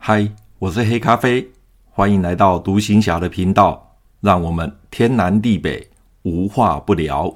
嗨，我是黑咖啡，欢迎来到独行侠的频道，让我们天南地北无话不聊。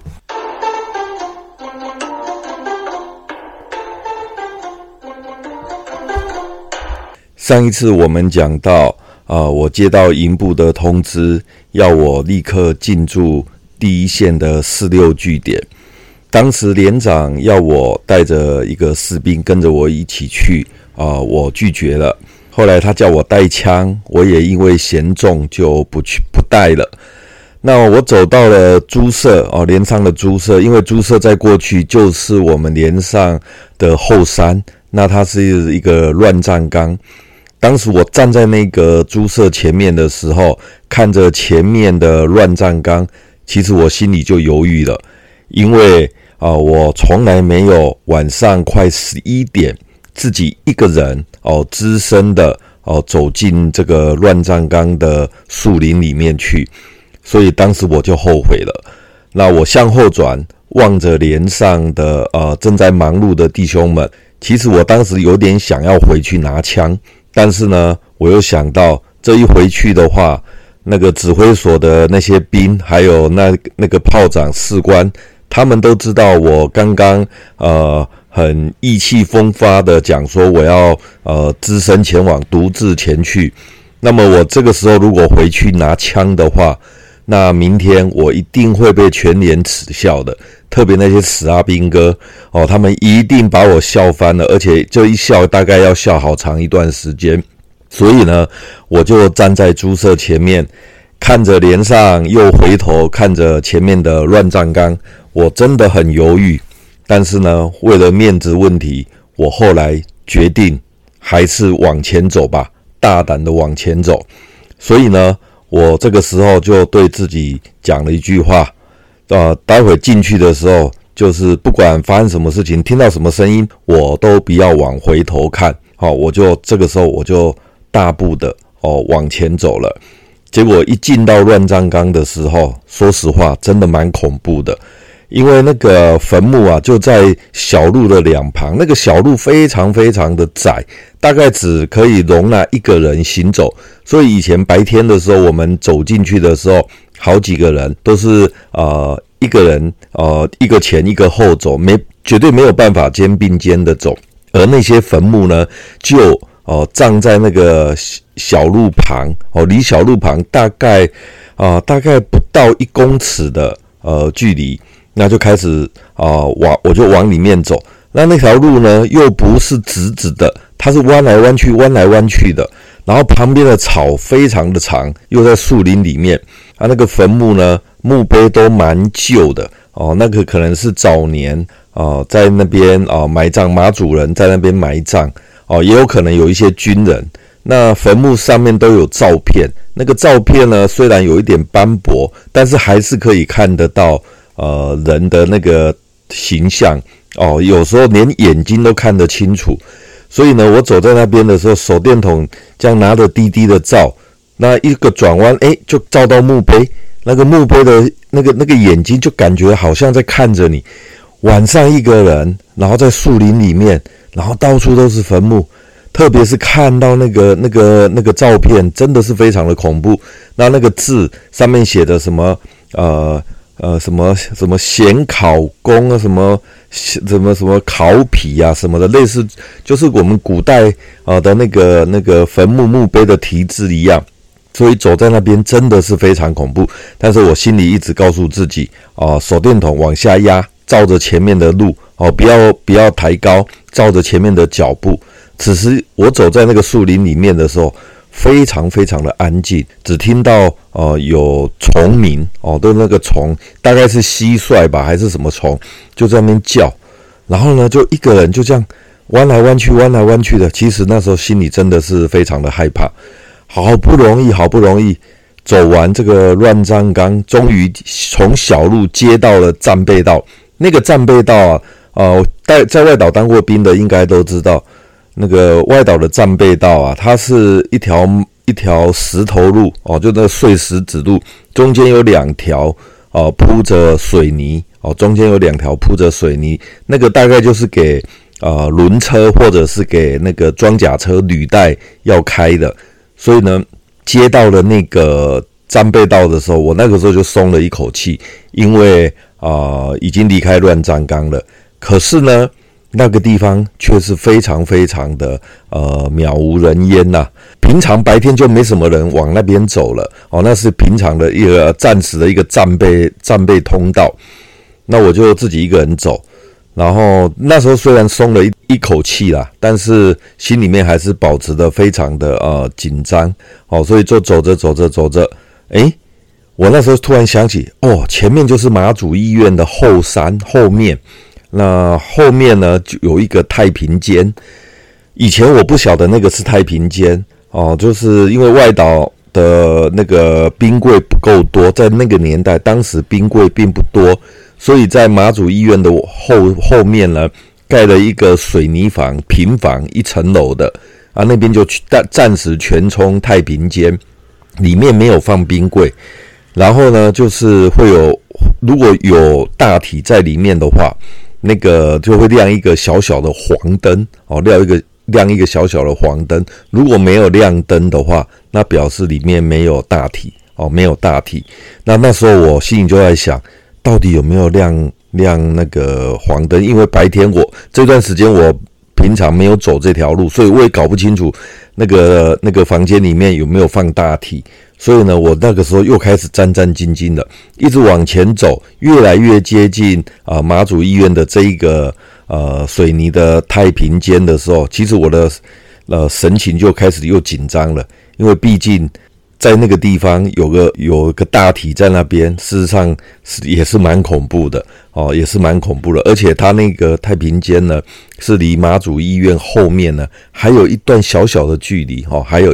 上一次我们讲到我接到营部的通知，要我立刻进驻第一线的46据点。当时连长要我带着一个士兵跟着我一起去，我拒绝了。后来他叫我带枪，我也因为嫌重就不带了。那我走到了猪舍，连上的猪舍，因为猪舍在过去就是我们连上的后山，那它是一个乱葬岗。当时我站在那个猪舍前面的时候，看着前面的乱葬岗，其实我心里就犹豫了，因为我从来没有晚上快11点自己一个人只身的走进这个乱葬岗的树林里面去，所以当时我就后悔了。那我向后转，望着连上的正在忙碌的弟兄们，其实我当时有点想要回去拿枪，但是呢，我又想到这一回去的话，那个指挥所的那些兵，还有那个炮长、士官，他们都知道我刚刚很意气风发的讲说我要只身前往，独自前去。那么我这个时候如果回去拿枪的话，那明天我一定会被全连耻笑的，特别那些死阿兵哥他们一定把我笑翻了，而且这一笑大概要笑好长一段时间。所以呢，我就站在猪舍前面，看着连上，又回头看着前面的乱葬岗，我真的很犹豫。但是呢，为了面子问题，我后来决定还是往前走吧，大胆的往前走。所以呢，我这个时候就对自己讲了一句话，待会进去的时候，就是不管发生什么事情，听到什么声音，我都不要往回头看。我就这个时候我就大步的往前走了。结果一进到乱葬岗的时候，说实话真的蛮恐怖的。因为那个坟墓就在小路的两旁，那个小路非常非常的窄，大概只可以容纳一个人行走，所以以前白天的时候我们走进去的时候，好几个人都是一个人一个前一个后走，绝对没有办法肩并肩的走。而那些坟墓呢，就葬在那个小路旁，离小路旁大概不到1公尺的距离。那就开始我就往里面走。那条路呢，又不是直直的，它是弯来弯去的。然后旁边的草非常的长，又在树林里面。那个坟墓呢，墓碑都蛮旧的那个可能是早年在那边埋葬，马主人在那边埋葬也有可能有一些军人。那坟墓上面都有照片，那个照片呢，虽然有一点斑驳，但是还是可以看得到人的那个形象有时候连眼睛都看得清楚。所以呢，我走在那边的时候，手电筒这样拿着低低的照，那一个转弯就照到墓碑，那个墓碑的那个眼睛就感觉好像在看着你。晚上一个人，然后在树林里面，然后到处都是坟墓，特别是看到那个照片，真的是非常的恐怖。那个字上面写的什么什么咸烤工什么烤皮什么的，类似就是我们古代的那个坟墓墓碑的题字一样。所以走在那边真的是非常恐怖。但是我心里一直告诉自己手电筒往下压，照着前面的路不要抬高，照着前面的脚步。此时我走在那个树林里面的时候，非常非常的安静，只听到有虫鸣都那个虫大概是蟋蟀吧，还是什么虫，就在那边叫。然后呢，就一个人就这样弯来弯去的。其实那时候心里真的是非常的害怕。好不容易走完这个乱葬岗，终于从小路接到了战备道。那个战备道在外岛当过兵的应该都知道，那个外岛的战备道它是一条石头路就那个碎石子路，中间有2条铺着水泥中间有2条铺着水泥，那个大概就是给轮车或者是给那个装甲车履带要开的，所以呢，接到了那个战备道的时候，我那个时候就松了一口气，因为已经离开乱葬岗了。可是呢，那个地方却是非常非常的渺无人烟呐。平常白天就没什么人往那边走了那是平常的一个暂时的一个战备通道。那我就自己一个人走。然后那时候虽然松了一口气啦，但是心里面还是保持得非常的紧张所以就走着，我那时候突然想起前面就是马祖医院的后山后面，那后面呢就有一个太平间。以前我不晓得那个是太平间就是因为外岛的那个冰柜不够多，在那个年代当时冰柜并不多，所以在马祖医院的后面呢，盖了一个水泥房平房1层楼的那边就暂时全充太平间，里面没有放冰柜。然后呢，就是会有如果有大体在里面的话，那个就会亮一个小小的黄灯亮一个小小的黄灯。如果没有亮灯的话，那表示里面没有大体没有大体。那时候我心里就在想，到底有没有亮那个黄灯？因为白天这段时间我平常没有走这条路，所以我也搞不清楚那个房间里面有没有放大体。所以呢，我那个时候又开始战战兢兢的，一直往前走，越来越接近马祖医院的这一个水泥的太平间的时候，其实我的神情就开始又紧张了，因为毕竟在那个地方有个大体在那边，事实上也是蛮恐怖的也是蛮恐怖的。而且它那个太平间呢，是离马祖医院后面呢还有一段小小的距离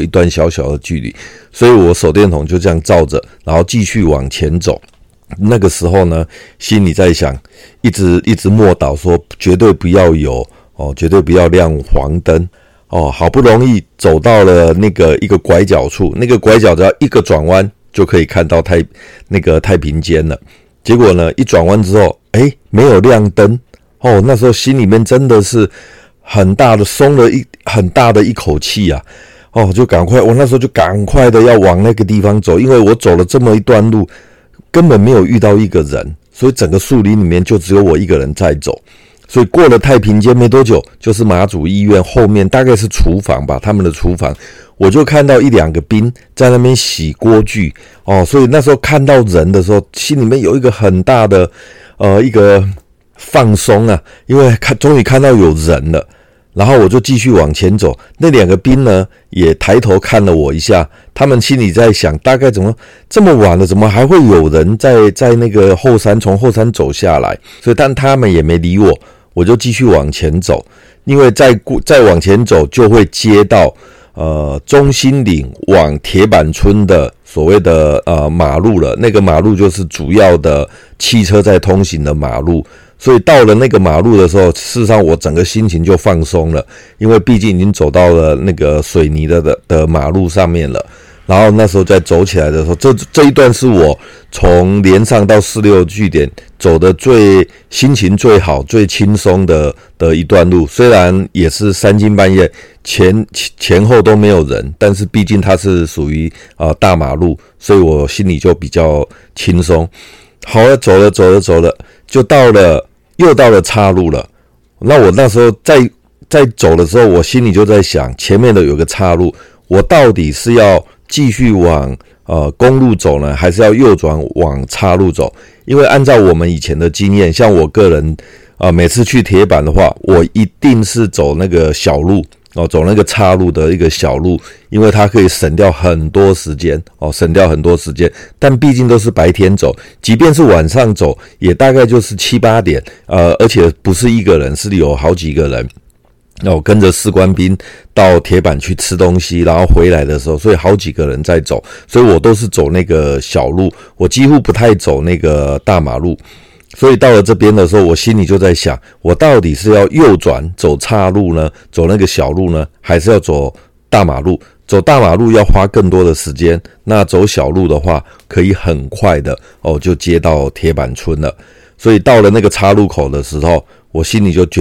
所以我手电筒就这样照着，然后继续往前走。那个时候呢，心里在想，一直默祷说绝对不要绝对不要亮黄灯好不容易走到了那个一个拐角处，那个拐角只要一个转弯就可以看到那个太平间了。结果呢，一转弯之后没有亮灯那时候心里面真的是很大的松了很大的一口气啊就我那时候就赶快的要往那个地方走，因为我走了这么一段路根本没有遇到一个人，所以整个树林里面就只有我一个人在走。所以过了太平间没多久，就是马祖医院后面大概是厨房吧，他们的厨房，我就看到1-2个兵在那边洗锅具所以那时候看到人的时候，心里面有一个很大的一个放松因为终于看到有人了。然后我就继续往前走，那2个兵呢也抬头看了我一下，他们心里在想，大概怎么这么晚了，怎么还会有人在那个从后山走下来？所以但他们也没理我，我就继续往前走，因为再往前走就会接到中心岭往铁板村的所谓的马路了。那个马路就是主要的汽车在通行的马路。所以到了那个马路的时候，事实上我整个心情就放松了，因为毕竟已经走到了那个水泥的马路上面了。然后那时候在走起来的时候，这一段是我从连上到46据点走的心情最好最轻松的一段路。虽然也是3更半夜，前后都没有人，但是毕竟它是属于大马路，所以我心里就比较轻松。好了，走了就又到了岔路了。那我那时候在走的时候，我心里就在想，前面的有个岔路，我到底是要继续往公路走呢，还是要右转往岔路走？因为按照我们以前的经验，像我个人每次去铁板的话，我一定是走那个小路走那个岔路的一个小路，因为它可以省掉很多时间但毕竟都是白天走，即便是晚上走也大概就是7、8点而且不是一个人，是有好几个人跟着士官兵到铁板去吃东西，然后回来的时候，所以好几个人在走，所以我都是走那个小路，我几乎不太走那个大马路。所以到了这边的时候，我心里就在想，我到底是要右转走岔路呢，走那个小路呢，还是要走大马路？走大马路要花更多的时间，那走小路的话可以很快的就接到铁板村了。所以到了那个岔路口的时候，我心里就决定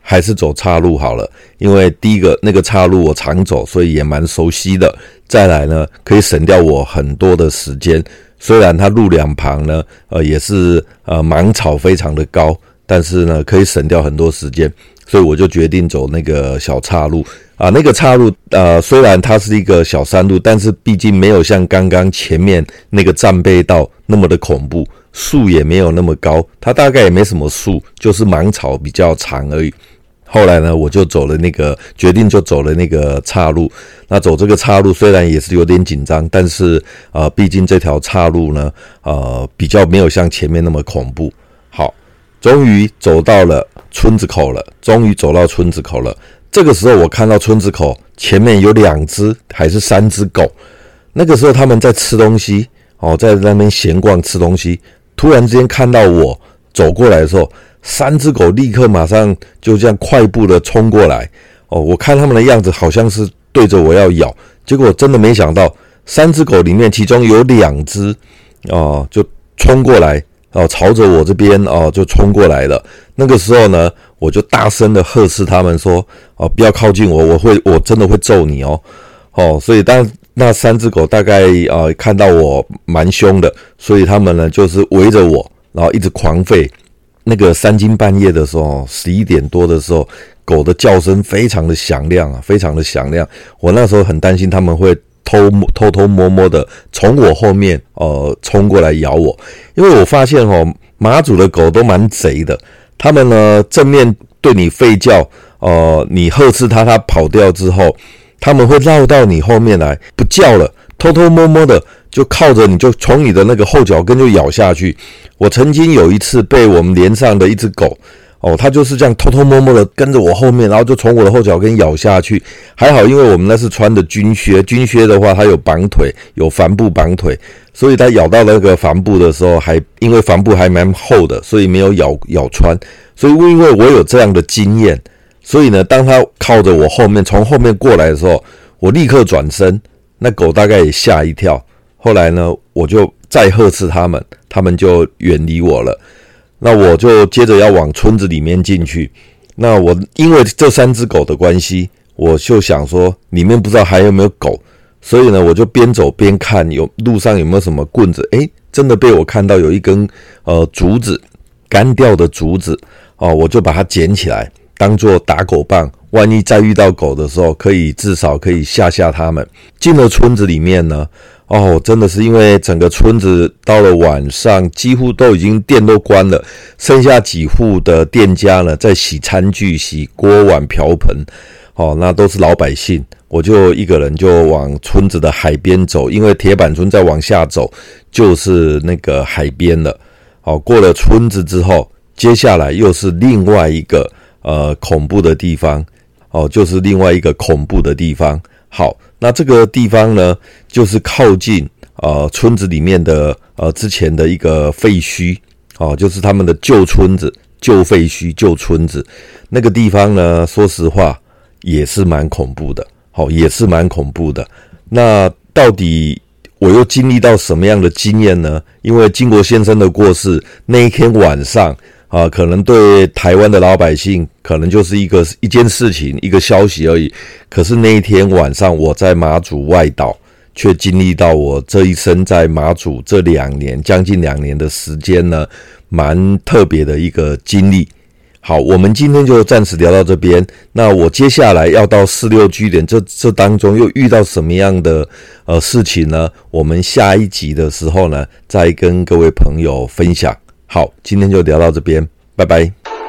还是走岔路好了，因为第一个那个岔路我常走，所以也蛮熟悉的。再来呢，可以省掉我很多的时间。虽然它路两旁呢，也是芒草非常的高，但是呢，可以省掉很多时间，所以我就决定走那个小岔路啊。那个岔路虽然它是一个小山路，但是毕竟没有像刚刚前面那个战备道那么的恐怖，树也没有那么高，它大概也没什么树，就是芒草比较长而已。后来呢，我就决定就走了那个岔路。那走这个岔路虽然也是有点紧张，但是毕竟这条岔路呢，比较没有像前面那么恐怖。好，终于走到了村子口了。这个时候我看到村子口前面有2只还是3只狗，那个时候他们在吃东西，在那边闲逛吃东西。突然之间看到我走过来的时候，3只狗立刻马上就这样快步的冲过来。我看他们的样子好像是对着我要咬，结果真的没想到3只狗里面其中有2只就冲过来朝着我这边就冲过来了。那个时候呢，我就大声的呵斥他们说不要靠近我，我真的会揍你所以那3只狗大概看到我蛮凶的，所以他们呢就是围着我，然后一直狂吠。那个3更半夜的时候，11点多的时候，狗的叫声非常的响亮非常的响亮。我那时候很担心他们会偷偷摸摸的从我后面冲过来咬我，因为我发现马祖的狗都蛮贼的，他们呢正面对你吠叫，你呵斥它跑掉之后，他们会绕到你后面来不叫了，偷偷摸摸的就靠着你，就从你的那个后脚跟就咬下去。我曾经有一次被我们连上的一只狗它就是这样偷偷摸摸的跟着我后面，然后就从我的后脚跟咬下去。还好因为我们那是穿的军靴的话它有绑腿，有帆布绑腿，所以它咬到那个帆布的时候因为帆布还蛮厚的，所以没有咬穿。所以因为我有这样的经验，所以呢当它靠着我后面从后面过来的时候，我立刻转身，那狗大概也吓一跳。后来呢我就再呵斥他们就远离我了。那我就接着要往村子里面进去。那我因为这3只狗的关系，我就想说里面不知道还有没有狗，所以呢我就边走边看路上有没有什么棍子。真的被我看到有一根竹子，干掉的竹子我就把它捡起来当作打狗棒，万一再遇到狗的时候至少可以吓它们。进了村子里面呢，真的是因为整个村子到了晚上几乎都已经店都关了，剩下几户的店家呢在洗餐具、洗锅碗瓢盆，那都是老百姓。我就一个人就往村子的海边走，因为铁板村再往下走就是那个海边了。过了村子之后，接下来又是另外一个恐怖的地方，就是另外一个恐怖的地方。好，那这个地方呢，就是靠近村子里面的之前的一个废墟，就是他们的旧村子、旧废墟、旧村子。那个地方呢，说实话也是蛮恐怖的，也是蛮恐怖的。那到底我又经历到什么样的经验呢？因为经国先生的过世那一天晚上可能对台湾的老百姓可能就是一件事情，一个消息而已。可是那一天晚上我在马祖外岛，却经历到我这一生在马祖这将近2年的时间呢，蛮特别的一个经历。好，我们今天就暂时聊到这边。那我接下来要到46据点，这当中又遇到什么样的事情呢？我们下一集的时候呢，再跟各位朋友分享。好，今天就聊到这边，拜拜。